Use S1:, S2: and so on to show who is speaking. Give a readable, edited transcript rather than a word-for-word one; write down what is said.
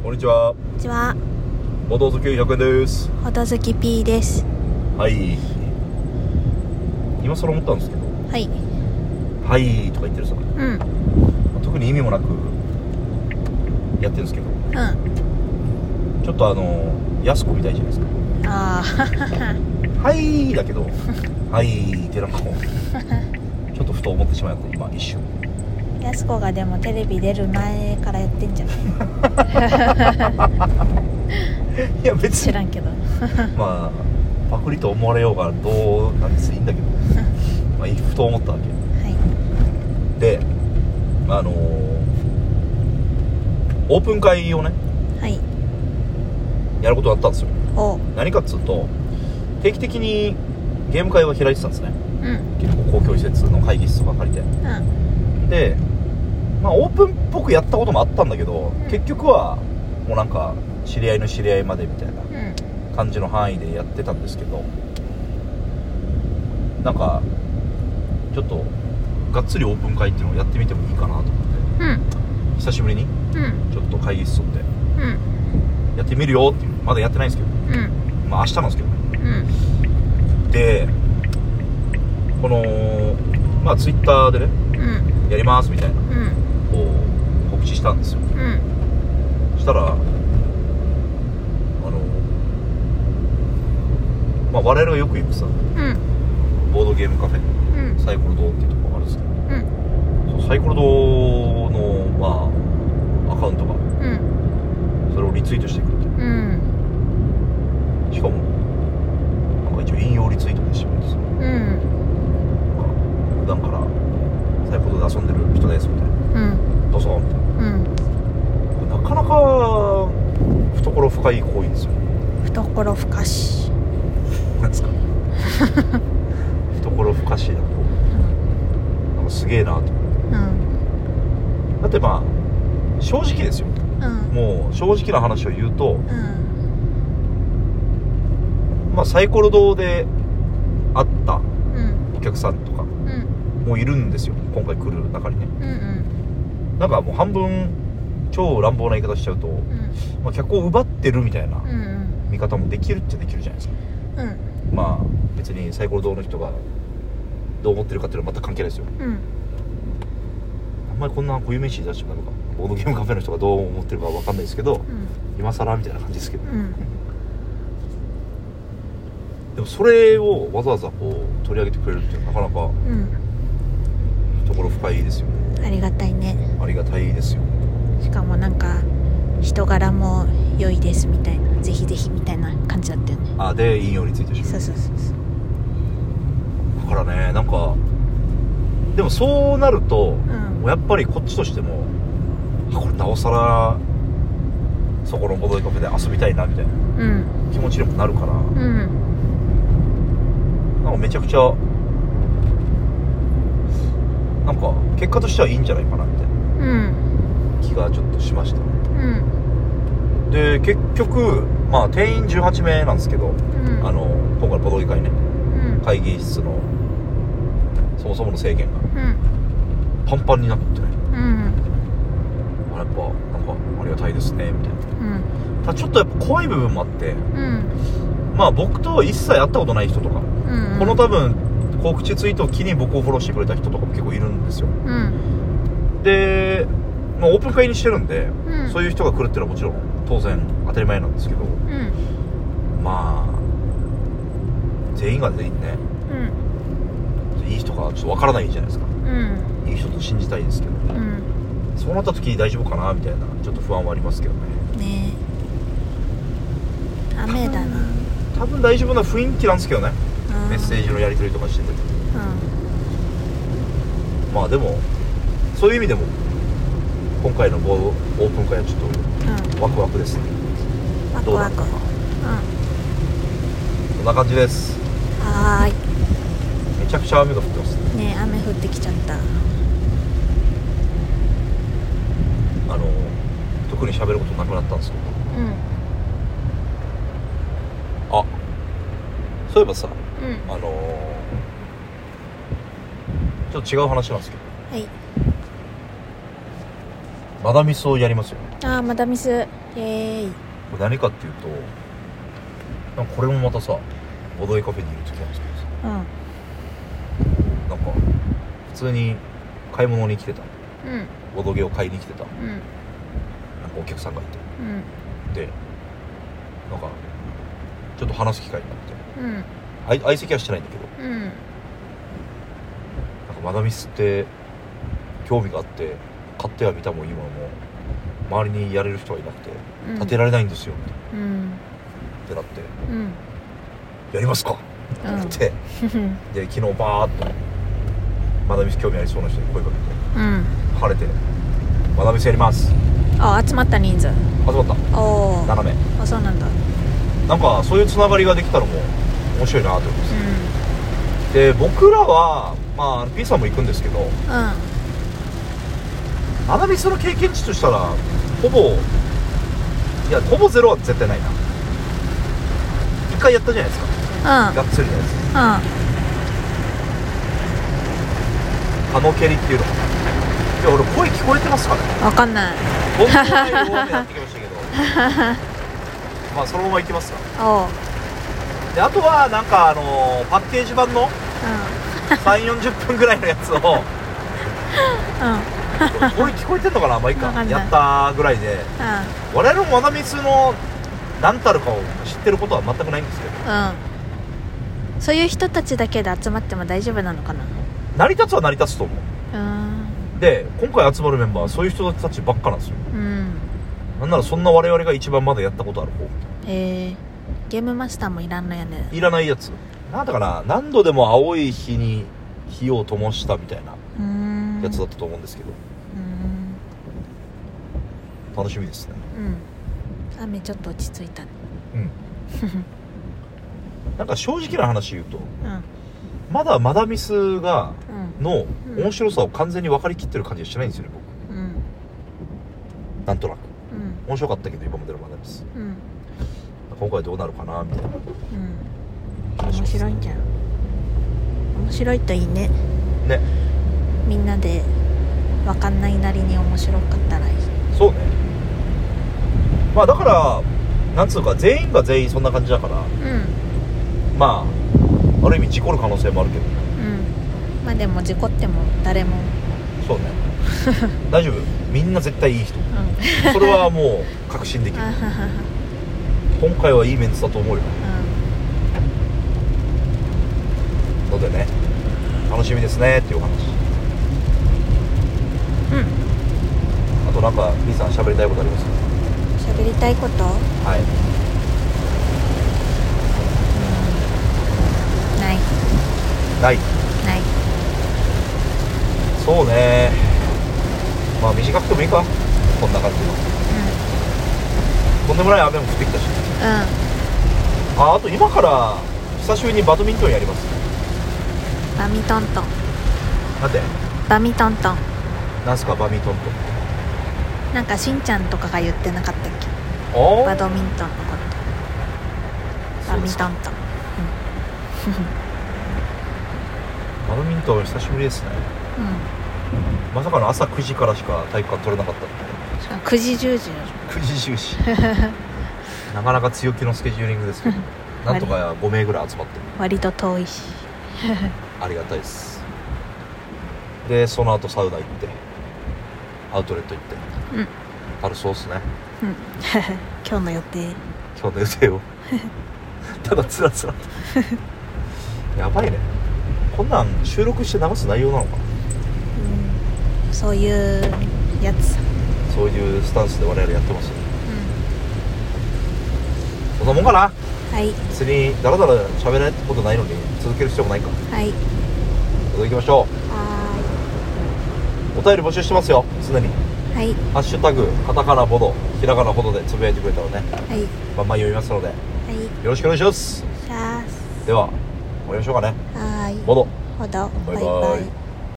S1: こんにちは。
S2: こんにちは。
S1: ほどずき100円です。
S2: ほどずき P です。
S1: はい。今更思ったんですけど、
S2: はい
S1: はいとか言ってるさ、特に意味もなくやってるんですけど、ちょっとやす子みたいじゃないですか。
S2: あ
S1: はいだけどはいってなんかこうちょっとふと思ってしまった、今一瞬。
S2: やす子がでもテレビ出る前からやってんじゃない
S1: いや別に
S2: 知らんけど
S1: まあパクリと思われようがどうなんです、いいんだけどまあふと思ったわけで、オープン会をね、やることがあったんですよ。何かっつうと、定期的にゲーム会は開いてたんですね、結構公共施設の会議室とか借りて、でまあオープンっぽくやったこともあったんだけど、結局はもうなんか知り合いの知り合いまでみたいな感じの範囲でやってたんですけど、なんかちょっとがっつりオープン会っていうのをやってみてもいいかなと思って、久しぶりにちょっと会議室取ってやってみるよっていう、まだやってないんですけど、まあ明日なんですけどね、でこのまあツイッターでね、やりますみたいな、こう告知したんですよ。そしたらまあ我々がよく行くさ、ボードゲームカフェ、サイコロ堂っていうところがあるんですけど、そのサイコロ堂のまあアカウントが、それをリツイートしてくれて、しかもなんか一応引用リツイートでしてくれてさ、普段からサイコロ堂で遊んでる人ですみたいな、どうぞみたいな、なかなか懐深い行為ですよ。
S2: 懐深し
S1: なんですか懐深しいな、こうなんかすげえなと思って、だってまあ正直ですよ、もう正直な話を言うと、まあサイコロ堂で会ったお客さんとかもいるんですよ、今回来る中にね、なんかもう半分超乱暴な言い方しちゃうと、まあ、客を奪ってるみたいな見方もできるっちゃできるじゃないですか。まあ別にサイコロ堂の人がどう思ってるかっていうのは全く関係ないですよ、あんまりこんな固有名詞出してもダメか、ボードゲームカフェの人がどう思ってるかわかんないですけど、今更みたいな感じですけど、でもそれをわざわざこう取り上げてくれるっていうのはなかなか懐深いですよね。
S2: ありがたいね。
S1: ありがたいですよ。
S2: しかもなんか人柄も良いですみたいな、ぜひぜひみたいな感じだったよね。
S1: で引用についてしまう。そうだからね、なんかでもそうなると、もうやっぱりこっちとしてもこれなおさらそこのボードゲームカフェで遊びたいなみたいな気持ちにもなるから、なんかめちゃくちゃなんか結果としてはいいんじゃないかなみたいな気がちょっとしました、で結局まあ定員18名なんですけど、今回のボドゲ会ね、会議室のそもそもの制限が、パンパンになってね、やっぱなんかありがたいですねみたいな、ただちょっとやっぱ怖い部分もあって、まあ僕と一切会ったことない人とか、この多分告知ツイートを機に僕をフォローしてくれた人とかも結構いるんですよ、で、まあ、オープン会にしてるんで、そういう人が来るっていうのはもちろん当然当たり前なんですけど、まあ全員が全員ね、いい人かちょっとわからないじゃないですか、いい人と信じたいですけど、そうなった時大丈夫かなみたいなちょっと不安はありますけどね。
S2: 雨だな。
S1: 多分大丈夫な雰囲気なんですけどね、メッセージのやり取りとかしてて、まあでもそういう意味でも今回のオープン会はちょっとワクワクですね、どうなるかな、そんな感じです。
S2: はーい。
S1: めちゃくちゃ雨が降ってます
S2: ね。雨降ってきちゃった。
S1: 特に喋ることなくなったんですけど、そういえばさ、ちょっと違う話なんですけど、 マダミスをやりますよ。
S2: ああ、マダミス、イエーイ。
S1: これ何かっていうと、なんかこれもまたさ、ボドゲカフェにいる時なんですけどさ、なんか普通に買い物に来てた、ボドゲを買いに来てた、なんかお客さんがいて、でなんかちょっと話す機会になって、相席はしてないんだけど、なんかマダミスって興味があって買ってはみたも今も周りにやれる人がいなくて立てられないんですよみたいな、ってなって、やりますかって言って、で昨日バーッとマダミス興味ありそうな人に声かけて、晴れてマダミスやります。
S2: あ、集まった人数。
S1: 集まった。
S2: おー、
S1: 7名。
S2: あ、そうなんだ。
S1: なんかそういうつながりができたのも面白いなと思います、で僕らはまあ P さんも行くんですけど、マダミスの経験値としたらほぼゼロは絶対ないな。一回やったじゃないですか、がっつりのやつ、カノケリっていうのかな。いや俺声聞こえてますかね。
S2: わかんない。
S1: 僕の前大雨になってきましたけどまあそのまま行きますか。であとはなんかパッケージ版の、3,40 分ぐらいのやつを声聞こえてんのかな。まあいいか、やったぐらいで、我々もマダミスの何たるかを知ってることは全くないんですけど、
S2: そういう人たちだけで集まっても大丈夫なのかな。
S1: 成り立つは成り立つと思う。で今回集まるメンバーはそういう人たちばっかなんですよ、なんならそんな我々が一番まだやったことある方。
S2: ゲームマスターもいらんのやね。
S1: いらないやつなんだかな。何度でも青い日に火を灯したみたいなやつだったと思うんですけど、楽しみですね。
S2: 雨ちょっと落ち着いたね。
S1: なんか正直な話言うと、まだマダミスがの面白さを完全に分かりきってる感じはしないんですよね僕、なんとなく、面白かったけど今までのマダミス、今回どうなるかなみたいな、
S2: 面白いんじゃん。面白いといいね。みんなで分かんないなりに面白かったらいい。
S1: そうね。まあだからなんつうか全員が全員そんな感じだから、まあある意味事故る可能性もあるけど、
S2: まあでも事故っても誰も。
S1: そうね大丈夫、みんな絶対いい人、それはもう確信できる今回はいいメンツだと思うよ、のでね楽しみですねっていうお話。あとなんかリーさん喋りたいことありますか。
S2: 喋りたいこと、ない。
S1: そうね。まあ短くてもいいか、こんな感じの、とんでもない雨も降ってきたし、あと今から久しぶりにバドミントンやります。
S2: バミトントン。
S1: なんで
S2: バミトントン。
S1: なんすかバミトントン。
S2: なんかしんちゃんとかが言ってなかったっけ、バドミントンのこと。バミトントン。
S1: バドミントン久しぶりですね。まさかの朝9時からしか体育館取れなかったんで。
S2: しかも9時10時。
S1: 9時10時なかなか強気のスケジューリングですけどなんとか5名ぐらい集まって
S2: 割と遠いし
S1: ありがたいです。でその後サウナ行ってアウトレット行って、あるそうっすね、
S2: 今日の予定
S1: をただつらつらとやばいね。こんなん収録して流す内容なのかな。
S2: そういうやつ、
S1: そういうスタンスで我々やってますよ、そんなもんかな。
S2: はい。
S1: 別にダラダラ喋らないことないのに続ける必要もないか。
S2: はい。
S1: 続きましょう。お便り募集してますよ常に。
S2: はい。
S1: ハッシュタグカタカナボドひらがなボドでつぶやいてくれたらね、
S2: はい、
S1: まんま読みますので、よろしくお願いします。では終わりましょうかね。
S2: はい。
S1: ボド
S2: バイバイ。